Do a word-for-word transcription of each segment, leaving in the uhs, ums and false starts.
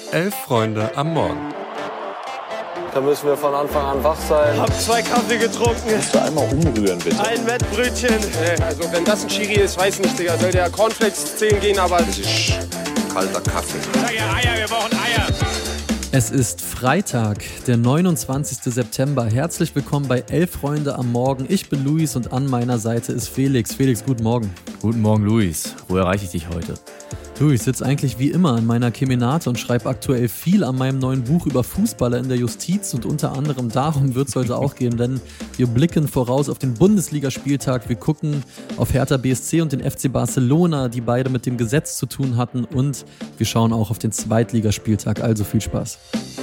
Elf Freunde am Morgen. Da müssen wir von Anfang an wach sein. Hab zwei Kaffee getrunken. Kannst du einmal umrühren, bitte? Ein Wettbrötchen. Nee, also wenn das ein Schiri ist, weiß nicht, Digga. Soll der Cornflakes zehn gehen, aber... Das ist kalter Kaffee. Sag ja Eier, wir brauchen Eier. Es ist Freitag, der neunundzwanzigster September. Herzlich willkommen bei Elf Freunde am Morgen. Ich bin Luis und an meiner Seite ist Felix. Felix, guten Morgen. Guten Morgen, Luis. Wo erreiche ich dich heute? Du, ich sitze eigentlich wie immer in meiner Kemenate und schreibe aktuell viel an meinem neuen Buch über Fußballer in der Justiz und unter anderem darum wird es heute auch gehen, denn wir blicken voraus auf den Bundesligaspieltag, wir gucken auf Hertha B S C und den F C Barcelona, die beide mit dem Gesetz zu tun hatten und wir schauen auch auf den Zweitligaspieltag, also viel Spaß.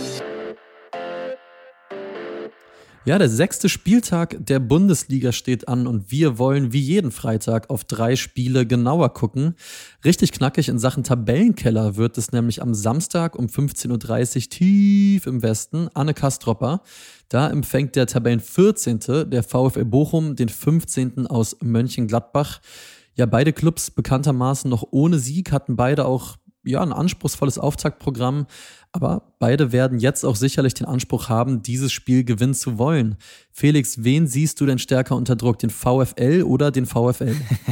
Ja, der sechste Spieltag der Bundesliga steht an und wir wollen wie jeden Freitag auf drei Spiele genauer gucken. Richtig knackig in Sachen Tabellenkeller wird es nämlich am Samstag um fünfzehn Uhr dreißig tief im Westen. Anne Kastropper. Da empfängt der Tabellenvierzehnte der VfL Bochum den fünfzehnten aus Mönchengladbach. Ja, beide Clubs bekanntermaßen noch ohne Sieg, hatten beide auch ja, ein anspruchsvolles Auftaktprogramm, aber beide werden jetzt auch sicherlich den Anspruch haben, dieses Spiel gewinnen zu wollen. Felix, wen siehst du denn stärker unter Druck, den VfL oder den VfL?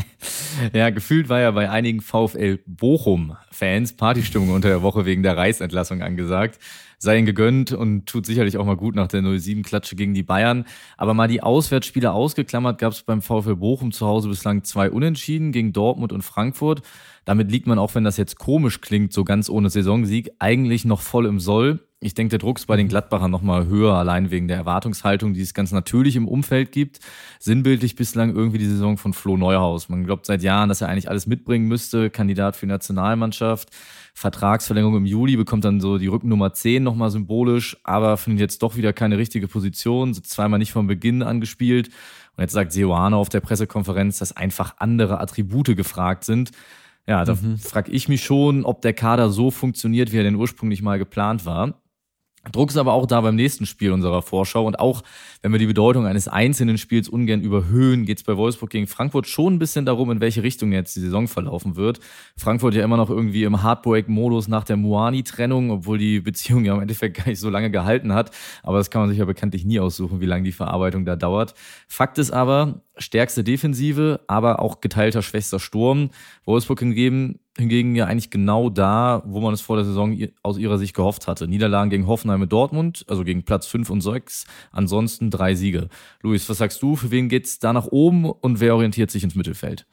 Ja, gefühlt war ja bei einigen VfL Bochum-Fans Partystimmung unter der Woche wegen der Reisentlassung angesagt. Sei ihnen gegönnt und tut sicherlich auch mal gut nach der null sieben Klatsche gegen die Bayern. Aber mal die Auswärtsspiele ausgeklammert, gab es beim VfL Bochum zu Hause bislang zwei Unentschieden gegen Dortmund und Frankfurt. Damit liegt man, auch wenn das jetzt komisch klingt, so ganz ohne Saisonsieg, eigentlich noch voll im Soll. Ich denke, der Druck ist bei den Gladbachern nochmal höher, allein wegen der Erwartungshaltung, die es ganz natürlich im Umfeld gibt. Sinnbildlich bislang irgendwie die Saison von Flo Neuhaus. Man glaubt seit Jahren, dass er eigentlich alles mitbringen müsste. Kandidat für die Nationalmannschaft. Vertragsverlängerung im Juli, bekommt dann so die Rückennummer zehn nochmal symbolisch, aber findet jetzt doch wieder keine richtige Position, sind zweimal nicht von Beginn angespielt. Und jetzt sagt Seoane auf der Pressekonferenz, dass einfach andere Attribute gefragt sind. Ja, da mhm. frage ich mich schon, ob der Kader so funktioniert, wie er denn ursprünglich mal geplant war. Druck ist aber auch da beim nächsten Spiel unserer Vorschau. Und auch wenn wir die Bedeutung eines einzelnen Spiels ungern überhöhen, geht es bei Wolfsburg gegen Frankfurt schon ein bisschen darum, in welche Richtung jetzt die Saison verlaufen wird. Frankfurt ja immer noch irgendwie im Heartbreak-Modus nach der Muani-Trennung, obwohl die Beziehung ja im Endeffekt gar nicht so lange gehalten hat. Aber das kann man sich ja bekanntlich nie aussuchen, wie lange die Verarbeitung da dauert. Fakt ist aber, stärkste Defensive, aber auch geteilter schwächster Sturm. Wolfsburg hingegen, hingegen ja eigentlich genau da, wo man es vor der Saison aus ihrer Sicht gehofft hatte. Niederlagen gegen Hoffenheim mit Dortmund, also gegen Platz fünf und sechs, ansonsten drei Siege. Luis, was sagst du, für wen geht's da nach oben und wer orientiert sich ins Mittelfeld?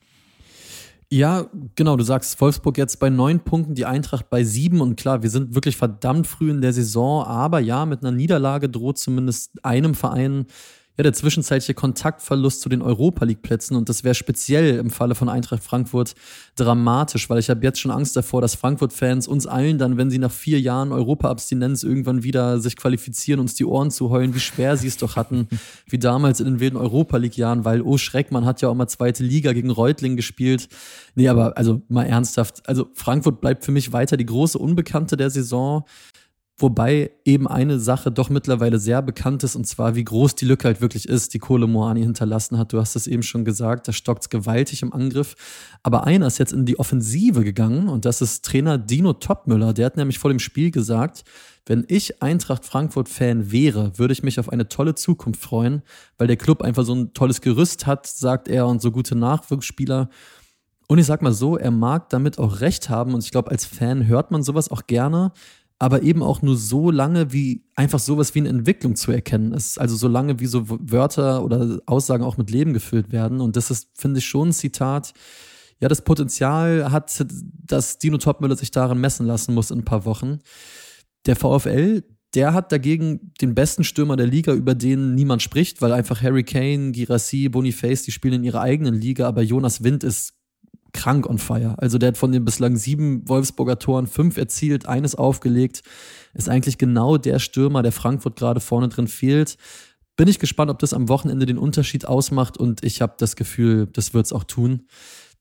Ja, genau, du sagst Wolfsburg jetzt bei neun Punkten, die Eintracht bei sieben und klar, wir sind wirklich verdammt früh in der Saison, aber ja, mit einer Niederlage droht zumindest einem Verein ja, der zwischenzeitliche Kontaktverlust zu den Europa-League-Plätzen und das wäre speziell im Falle von Eintracht Frankfurt dramatisch, weil ich habe jetzt schon Angst davor, dass Frankfurt-Fans uns allen dann, wenn sie nach vier Jahren Europa-Abstinenz irgendwann wieder sich qualifizieren, uns die Ohren zu heulen, wie schwer sie es doch hatten, wie damals in den wilden Europa-League-Jahren, weil, oh Schreck, man hat ja auch mal zweite Liga gegen Reutling gespielt. Nee, aber also mal ernsthaft, also Frankfurt bleibt für mich weiter die große Unbekannte der Saison. Wobei eben eine Sache doch mittlerweile sehr bekannt ist, und zwar wie groß die Lücke halt wirklich ist, die Kolo Muani hinterlassen hat. Du hast es eben schon gesagt, da stockt es gewaltig im Angriff. Aber einer ist jetzt in die Offensive gegangen und das ist Trainer Dino Topmüller. Der hat nämlich vor dem Spiel gesagt, wenn ich Eintracht Frankfurt-Fan wäre, würde ich mich auf eine tolle Zukunft freuen, weil der Club einfach so ein tolles Gerüst hat, sagt er, und so gute Nachwuchsspieler. Und ich sag mal so, er mag damit auch recht haben und ich glaube, als Fan hört man sowas auch gerne, aber eben auch nur so lange, wie einfach sowas wie eine Entwicklung zu erkennen ist. Also so lange, wie so Wörter oder Aussagen auch mit Leben gefüllt werden. Und das ist, finde ich, schon ein Zitat, ja, das Potenzial hat, dass Dino Topmüller sich daran messen lassen muss in ein paar Wochen. Der VfL, der hat dagegen den besten Stürmer der Liga, über den niemand spricht, weil einfach Harry Kane, Guirassy, Boniface, die spielen in ihrer eigenen Liga, aber Jonas Wind ist krank on fire. Also der hat von den bislang sieben Wolfsburger Toren fünf erzielt, eines aufgelegt. Ist eigentlich genau der Stürmer, der Frankfurt gerade vorne drin fehlt. Bin ich gespannt, ob das am Wochenende den Unterschied ausmacht und ich habe das Gefühl, das wird es auch tun.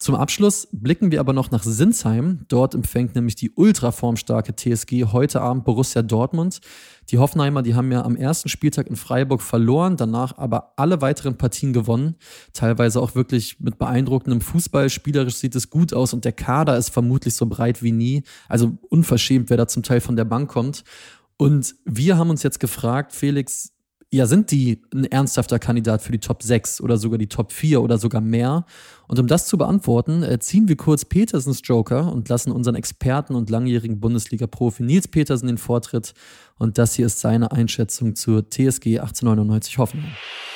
Zum Abschluss blicken wir aber noch nach Sinsheim. Dort empfängt nämlich die ultraformstarke T S G heute Abend Borussia Dortmund. Die Hoffenheimer, die haben ja am ersten Spieltag in Freiburg verloren, danach aber alle weiteren Partien gewonnen. Teilweise auch wirklich mit beeindruckendem Fußball. Spielerisch sieht es gut aus und der Kader ist vermutlich so breit wie nie. Also unverschämt, wer da zum Teil von der Bank kommt. Und wir haben uns jetzt gefragt, Felix, ja, sind die ein ernsthafter Kandidat für die Top sechs oder sogar die Top vier oder sogar mehr? Und um das zu beantworten, ziehen wir kurz Petersens Joker und lassen unseren Experten und langjährigen Bundesliga-Profi Nils Petersen den Vortritt. Und das hier ist seine Einschätzung zur T S G achtzehnhundertneunundneunzig Hoffenheim.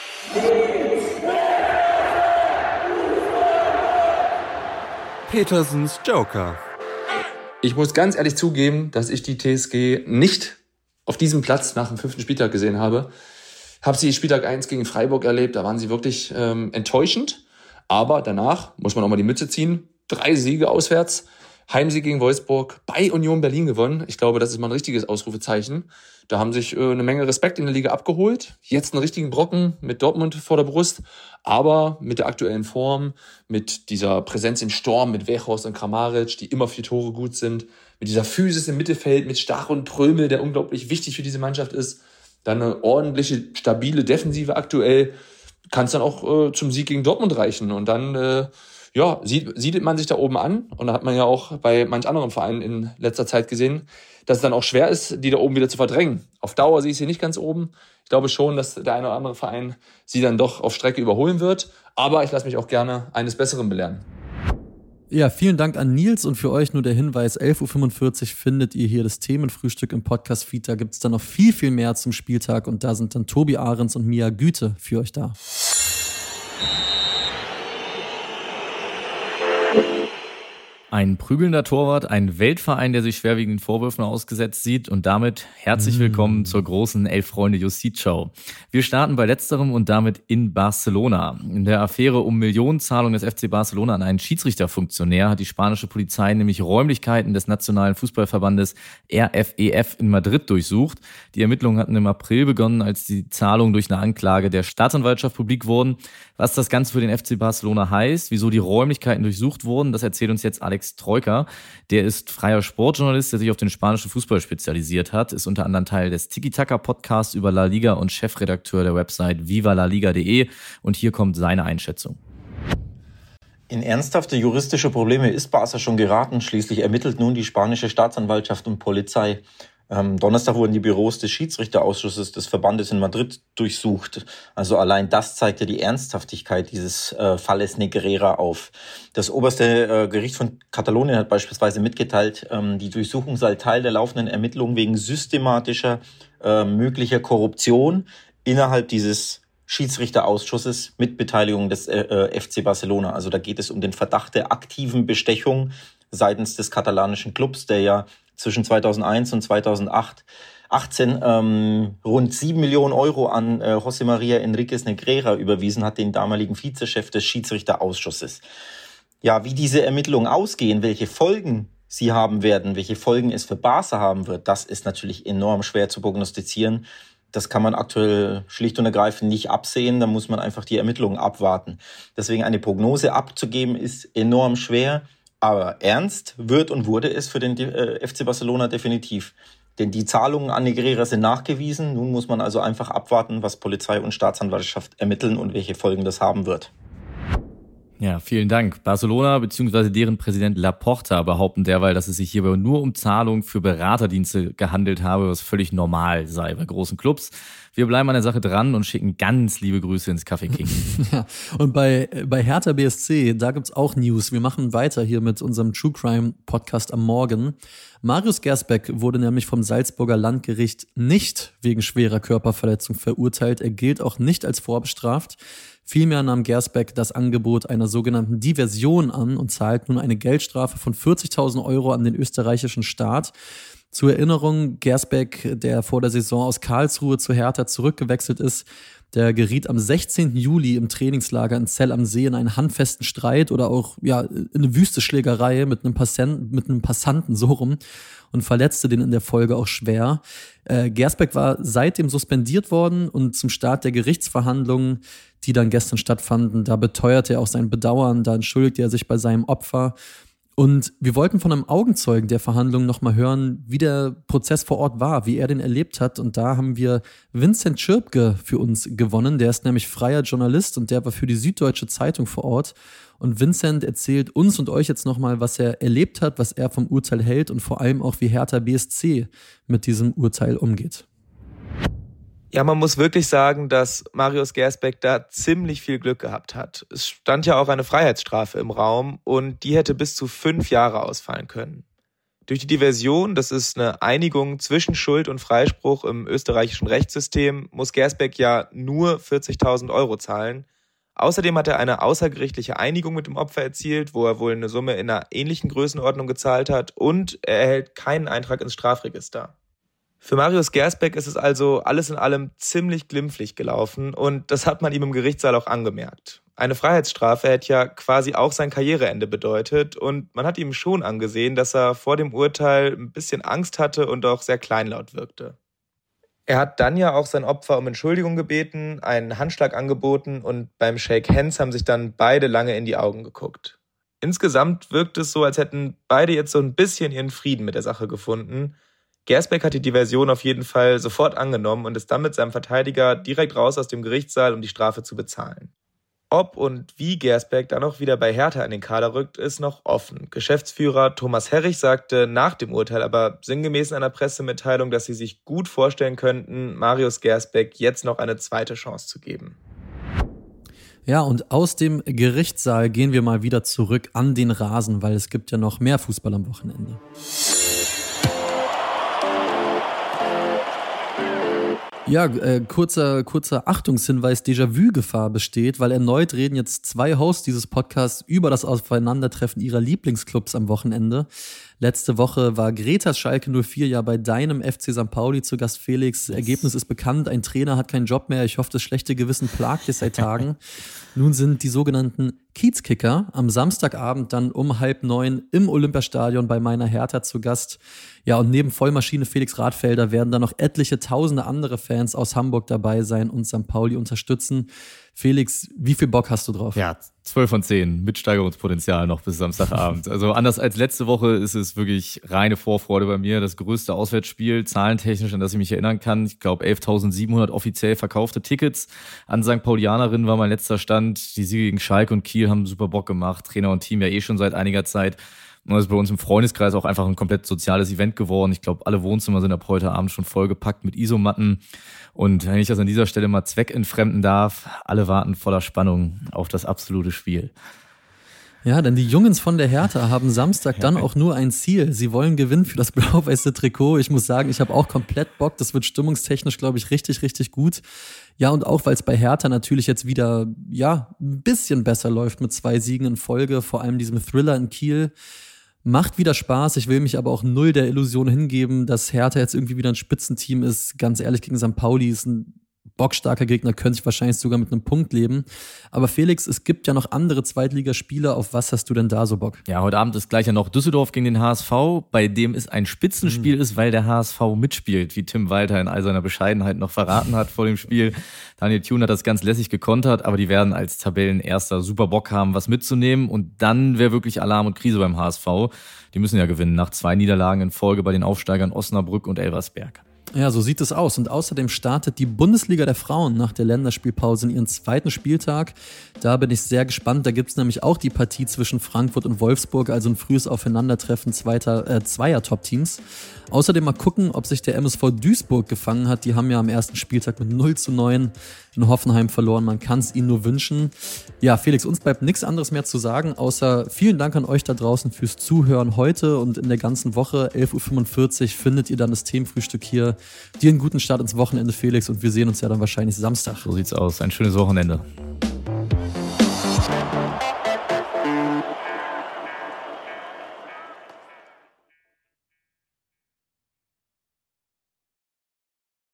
Petersens Joker. Ich muss ganz ehrlich zugeben, dass ich die T S G nicht auf diesem Platz nach dem fünften Spieltag gesehen habe. Habe sie Spieltag eins gegen Freiburg erlebt, da waren sie wirklich ähm, enttäuschend. Aber danach muss man auch mal die Mütze ziehen. Drei Siege auswärts, Heimsieg gegen Wolfsburg, bei Union Berlin gewonnen. Ich glaube, das ist mal ein richtiges Ausrufezeichen. Da haben sich äh, eine Menge Respekt in der Liga abgeholt. Jetzt einen richtigen Brocken mit Dortmund vor der Brust. Aber mit der aktuellen Form, mit dieser Präsenz im Sturm, mit Weghorst und Kramaric, die immer für Tore gut sind, mit dieser Physis im Mittelfeld, mit Stach und Prömel, der unglaublich wichtig für diese Mannschaft ist, dann eine ordentliche, stabile Defensive aktuell, kann es dann auch äh, zum Sieg gegen Dortmund reichen. Und dann äh, ja, sieht, siedelt man sich da oben an. Und da hat man ja auch bei manch anderen Vereinen in letzter Zeit gesehen, dass es dann auch schwer ist, die da oben wieder zu verdrängen. Auf Dauer sehe ich sie nicht ganz oben. Ich glaube schon, dass der eine oder andere Verein sie dann doch auf Strecke überholen wird. Aber ich lasse mich auch gerne eines Besseren belehren. Ja, vielen Dank an Nils und für euch nur der Hinweis, elf Uhr fünfundvierzig findet ihr hier das Themenfrühstück im Podcast-Feed. Da gibt es dann noch viel, viel mehr zum Spieltag und da sind dann Tobi Ahrens und Mia Güte für euch da. Ein prügelnder Torwart, ein Weltverein, der sich schwerwiegenden Vorwürfen ausgesetzt sieht und damit herzlich willkommen zur großen Elf-Freunde-Justiz-Show. Wir starten bei letzterem und damit in Barcelona. In der Affäre um Millionenzahlung des F C Barcelona an einen Schiedsrichterfunktionär hat die spanische Polizei nämlich Räumlichkeiten des nationalen Fußballverbandes R F E F in Madrid durchsucht. Die Ermittlungen hatten im April begonnen, als die Zahlungen durch eine Anklage der Staatsanwaltschaft publik wurden. Was das Ganze für den F C Barcelona heißt, wieso die Räumlichkeiten durchsucht wurden, das erzählt uns jetzt Alex Troika. Der ist freier Sportjournalist, der sich auf den spanischen Fußball spezialisiert hat, ist unter anderem Teil des Tiki-Taka-Podcasts über La Liga und Chefredakteur der Website viva la liga punkt de. Und hier kommt seine Einschätzung. In ernsthafte juristische Probleme ist Barca schon geraten. Schließlich ermittelt nun die spanische Staatsanwaltschaft und Polizei. Am Donnerstag wurden die Büros des Schiedsrichterausschusses des Verbandes in Madrid durchsucht. Also allein das zeigt ja die Ernsthaftigkeit dieses äh, Falles Negreira auf. Das oberste äh, Gericht von Katalonien hat beispielsweise mitgeteilt, ähm, die Durchsuchung sei Teil der laufenden Ermittlungen wegen systematischer äh, möglicher Korruption innerhalb dieses Schiedsrichterausschusses mit Beteiligung des äh, F C Barcelona. Also da geht es um den Verdacht der aktiven Bestechung seitens des katalanischen Clubs, der ja zwischen zweitausendeins und zweitausendachtzehn ähm, rund sieben Millionen Euro an äh, José María Enríquez Negreira überwiesen hat, den damaligen Vizechef des Schiedsrichterausschusses. Ja, wie diese Ermittlungen ausgehen, welche Folgen sie haben werden, welche Folgen es für Barca haben wird, das ist natürlich enorm schwer zu prognostizieren. Das kann man aktuell schlicht und ergreifend nicht absehen, da muss man einfach die Ermittlungen abwarten. Deswegen eine Prognose abzugeben ist enorm schwer. Aber ernst wird und wurde es für den F C Barcelona definitiv. Denn die Zahlungen an Negreira sind nachgewiesen. Nun muss man also einfach abwarten, was Polizei und Staatsanwaltschaft ermitteln und welche Folgen das haben wird. Ja, vielen Dank. Barcelona bzw. deren Präsident Laporta behaupten derweil, dass es sich hierbei nur um Zahlungen für Beraterdienste gehandelt habe, was völlig normal sei bei großen Clubs. Wir bleiben an der Sache dran und schicken ganz liebe Grüße ins Café King. Ja, und bei, bei Hertha B S C, da gibt's auch News. Wir machen weiter hier mit unserem True Crime Podcast am Morgen. Marius Gersbeck wurde nämlich vom Salzburger Landgericht nicht wegen schwerer Körperverletzung verurteilt. Er gilt auch nicht als vorbestraft. Vielmehr nahm Gersbeck das Angebot einer sogenannten Diversion an und zahlt nun eine Geldstrafe von vierzigtausend Euro an den österreichischen Staat. Zur Erinnerung, Gersbeck, der vor der Saison aus Karlsruhe zu Hertha zurückgewechselt ist, Der geriet am sechzehnten Juli im Trainingslager in Zell am See in einen handfesten Streit oder auch ja, in eine wüste Schlägerei mit einem, Passant, mit einem Passanten so rum und verletzte den in der Folge auch schwer. Äh, Gersbeck war seitdem suspendiert worden und zum Start der Gerichtsverhandlungen, die dann gestern stattfanden, da beteuerte er auch sein Bedauern, da entschuldigte er sich bei seinem Opfer. Und wir wollten von einem Augenzeugen der Verhandlungen nochmal hören, wie der Prozess vor Ort war, wie er den erlebt hat. Und da haben wir Vincent Schirpke für uns gewonnen. Der ist nämlich freier Journalist und der war für die Süddeutsche Zeitung vor Ort. Und Vincent erzählt uns und euch jetzt nochmal, was er erlebt hat, was er vom Urteil hält und vor allem auch, wie Hertha B S C mit diesem Urteil umgeht. Ja, man muss wirklich sagen, dass Marius Gersbeck da ziemlich viel Glück gehabt hat. Es stand ja auch eine Freiheitsstrafe im Raum und die hätte bis zu fünf Jahre ausfallen können. Durch die Diversion, das ist eine Einigung zwischen Schuld und Freispruch im österreichischen Rechtssystem, muss Gersbeck ja nur vierzigtausend Euro zahlen. Außerdem hat er eine außergerichtliche Einigung mit dem Opfer erzielt, wo er wohl eine Summe in einer ähnlichen Größenordnung gezahlt hat und er erhält keinen Eintrag ins Strafregister. Für Marius Gersbeck ist es also alles in allem ziemlich glimpflich gelaufen und das hat man ihm im Gerichtssaal auch angemerkt. Eine Freiheitsstrafe hätte ja quasi auch sein Karriereende bedeutet und man hat ihm schon angesehen, dass er vor dem Urteil ein bisschen Angst hatte und auch sehr kleinlaut wirkte. Er hat dann ja auch sein Opfer um Entschuldigung gebeten, einen Handschlag angeboten und beim Shake Hands haben sich dann beide lange in die Augen geguckt. Insgesamt wirkt es so, als hätten beide jetzt so ein bisschen ihren Frieden mit der Sache gefunden. Gersbeck hat die Diversion auf jeden Fall sofort angenommen und ist dann mit seinem Verteidiger direkt raus aus dem Gerichtssaal, um die Strafe zu bezahlen. Ob und wie Gersbeck dann auch wieder bei Hertha in den Kader rückt, ist noch offen. Geschäftsführer Thomas Herrich sagte nach dem Urteil aber sinngemäß in einer Pressemitteilung, dass sie sich gut vorstellen könnten, Marius Gersbeck jetzt noch eine zweite Chance zu geben. Ja, und aus dem Gerichtssaal gehen wir mal wieder zurück an den Rasen, weil es gibt ja noch mehr Fußball am Wochenende. Ja, äh, kurzer, kurzer Achtungshinweis, Déjà-vu-Gefahr besteht, weil erneut reden jetzt zwei Hosts dieses Podcasts über das Aufeinandertreffen ihrer Lieblingsclubs am Wochenende. Letzte Woche war Greta's Schalke null vier ja bei deinem F C Sankt Pauli zu Gast, Felix. Yes. Ergebnis ist bekannt, ein Trainer hat keinen Job mehr. Ich hoffe, das schlechte Gewissen plagt es seit Tagen. Nun sind die sogenannten Kiezkicker am Samstagabend dann um halb neun im Olympiastadion bei meiner Hertha zu Gast. Ja, und neben Vollmaschine Felix Radfelder werden dann noch etliche tausende andere Fans aus Hamburg dabei sein und Sankt Pauli unterstützen. Felix, wie viel Bock hast du drauf? Ja, zwölf von zehn mit Steigerungspotenzial noch bis Samstagabend. Also anders als letzte Woche ist es wirklich reine Vorfreude bei mir. Das größte Auswärtsspiel, zahlentechnisch, an das ich mich erinnern kann. Ich glaube, elftausendsiebenhundert offiziell verkaufte Tickets an Sankt Paulianerinnen war mein letzter Stand. Die Siege gegen Schalke und Kiel haben super Bock gemacht. Trainer und Team ja eh schon seit einiger Zeit. Und das ist bei uns im Freundeskreis auch einfach ein komplett soziales Event geworden. Ich glaube, alle Wohnzimmer sind ab heute Abend schon vollgepackt mit Isomatten. Und wenn ich das an dieser Stelle mal zweckentfremden darf, alle warten voller Spannung auf das absolute Spiel. Ja, denn die Jungs von der Hertha haben Samstag dann auch nur ein Ziel. Sie wollen gewinnen für das blau-weiße Trikot. Ich muss sagen, ich habe auch komplett Bock. Das wird stimmungstechnisch, glaube ich, richtig, richtig gut. Ja, und auch, weil es bei Hertha natürlich jetzt wieder, ja, ein bisschen besser läuft mit zwei Siegen in Folge, vor allem diesem Thriller in Kiel. Macht wieder Spaß. Ich will mich aber auch null der Illusion hingeben, dass Hertha jetzt irgendwie wieder ein Spitzenteam ist. Ganz ehrlich, gegen Sankt Pauli ist ein bockstarker Gegner, könnte sich wahrscheinlich sogar mit einem Punkt leben. Aber Felix, es gibt ja noch andere Zweitligaspiele. Auf was hast du denn da so Bock? Ja, heute Abend ist gleich ja noch Düsseldorf gegen den H S V, bei dem es ein Spitzenspiel mhm. ist, weil der H S V mitspielt, wie Tim Walter in all seiner Bescheidenheit noch verraten hat vor dem Spiel. Daniel Thune hat das ganz lässig gekontert, aber die werden als Tabellenerster super Bock haben, was mitzunehmen. Und dann wäre wirklich Alarm und Krise beim H S V. Die müssen ja gewinnen nach zwei Niederlagen in Folge bei den Aufsteigern Osnabrück und Elversberg. Ja, so sieht es aus. Und außerdem startet die Bundesliga der Frauen nach der Länderspielpause in ihren zweiten Spieltag. Da bin ich sehr gespannt. Da gibt es nämlich auch die Partie zwischen Frankfurt und Wolfsburg, also ein frühes Aufeinandertreffen zweiter, äh, zweier Top-Teams. Außerdem mal gucken, ob sich der M S V Duisburg gefangen hat. Die haben ja am ersten Spieltag mit null zu neun in Hoffenheim verloren. Man kann es ihnen nur wünschen. Ja, Felix, uns bleibt nichts anderes mehr zu sagen, außer vielen Dank an euch da draußen fürs Zuhören heute und in der ganzen Woche. elf Uhr fünfundvierzig findet ihr dann das Themenfrühstück hier. Dir einen guten Start ins Wochenende, Felix, und wir sehen uns ja dann wahrscheinlich Samstag. So sieht's aus. Ein schönes Wochenende.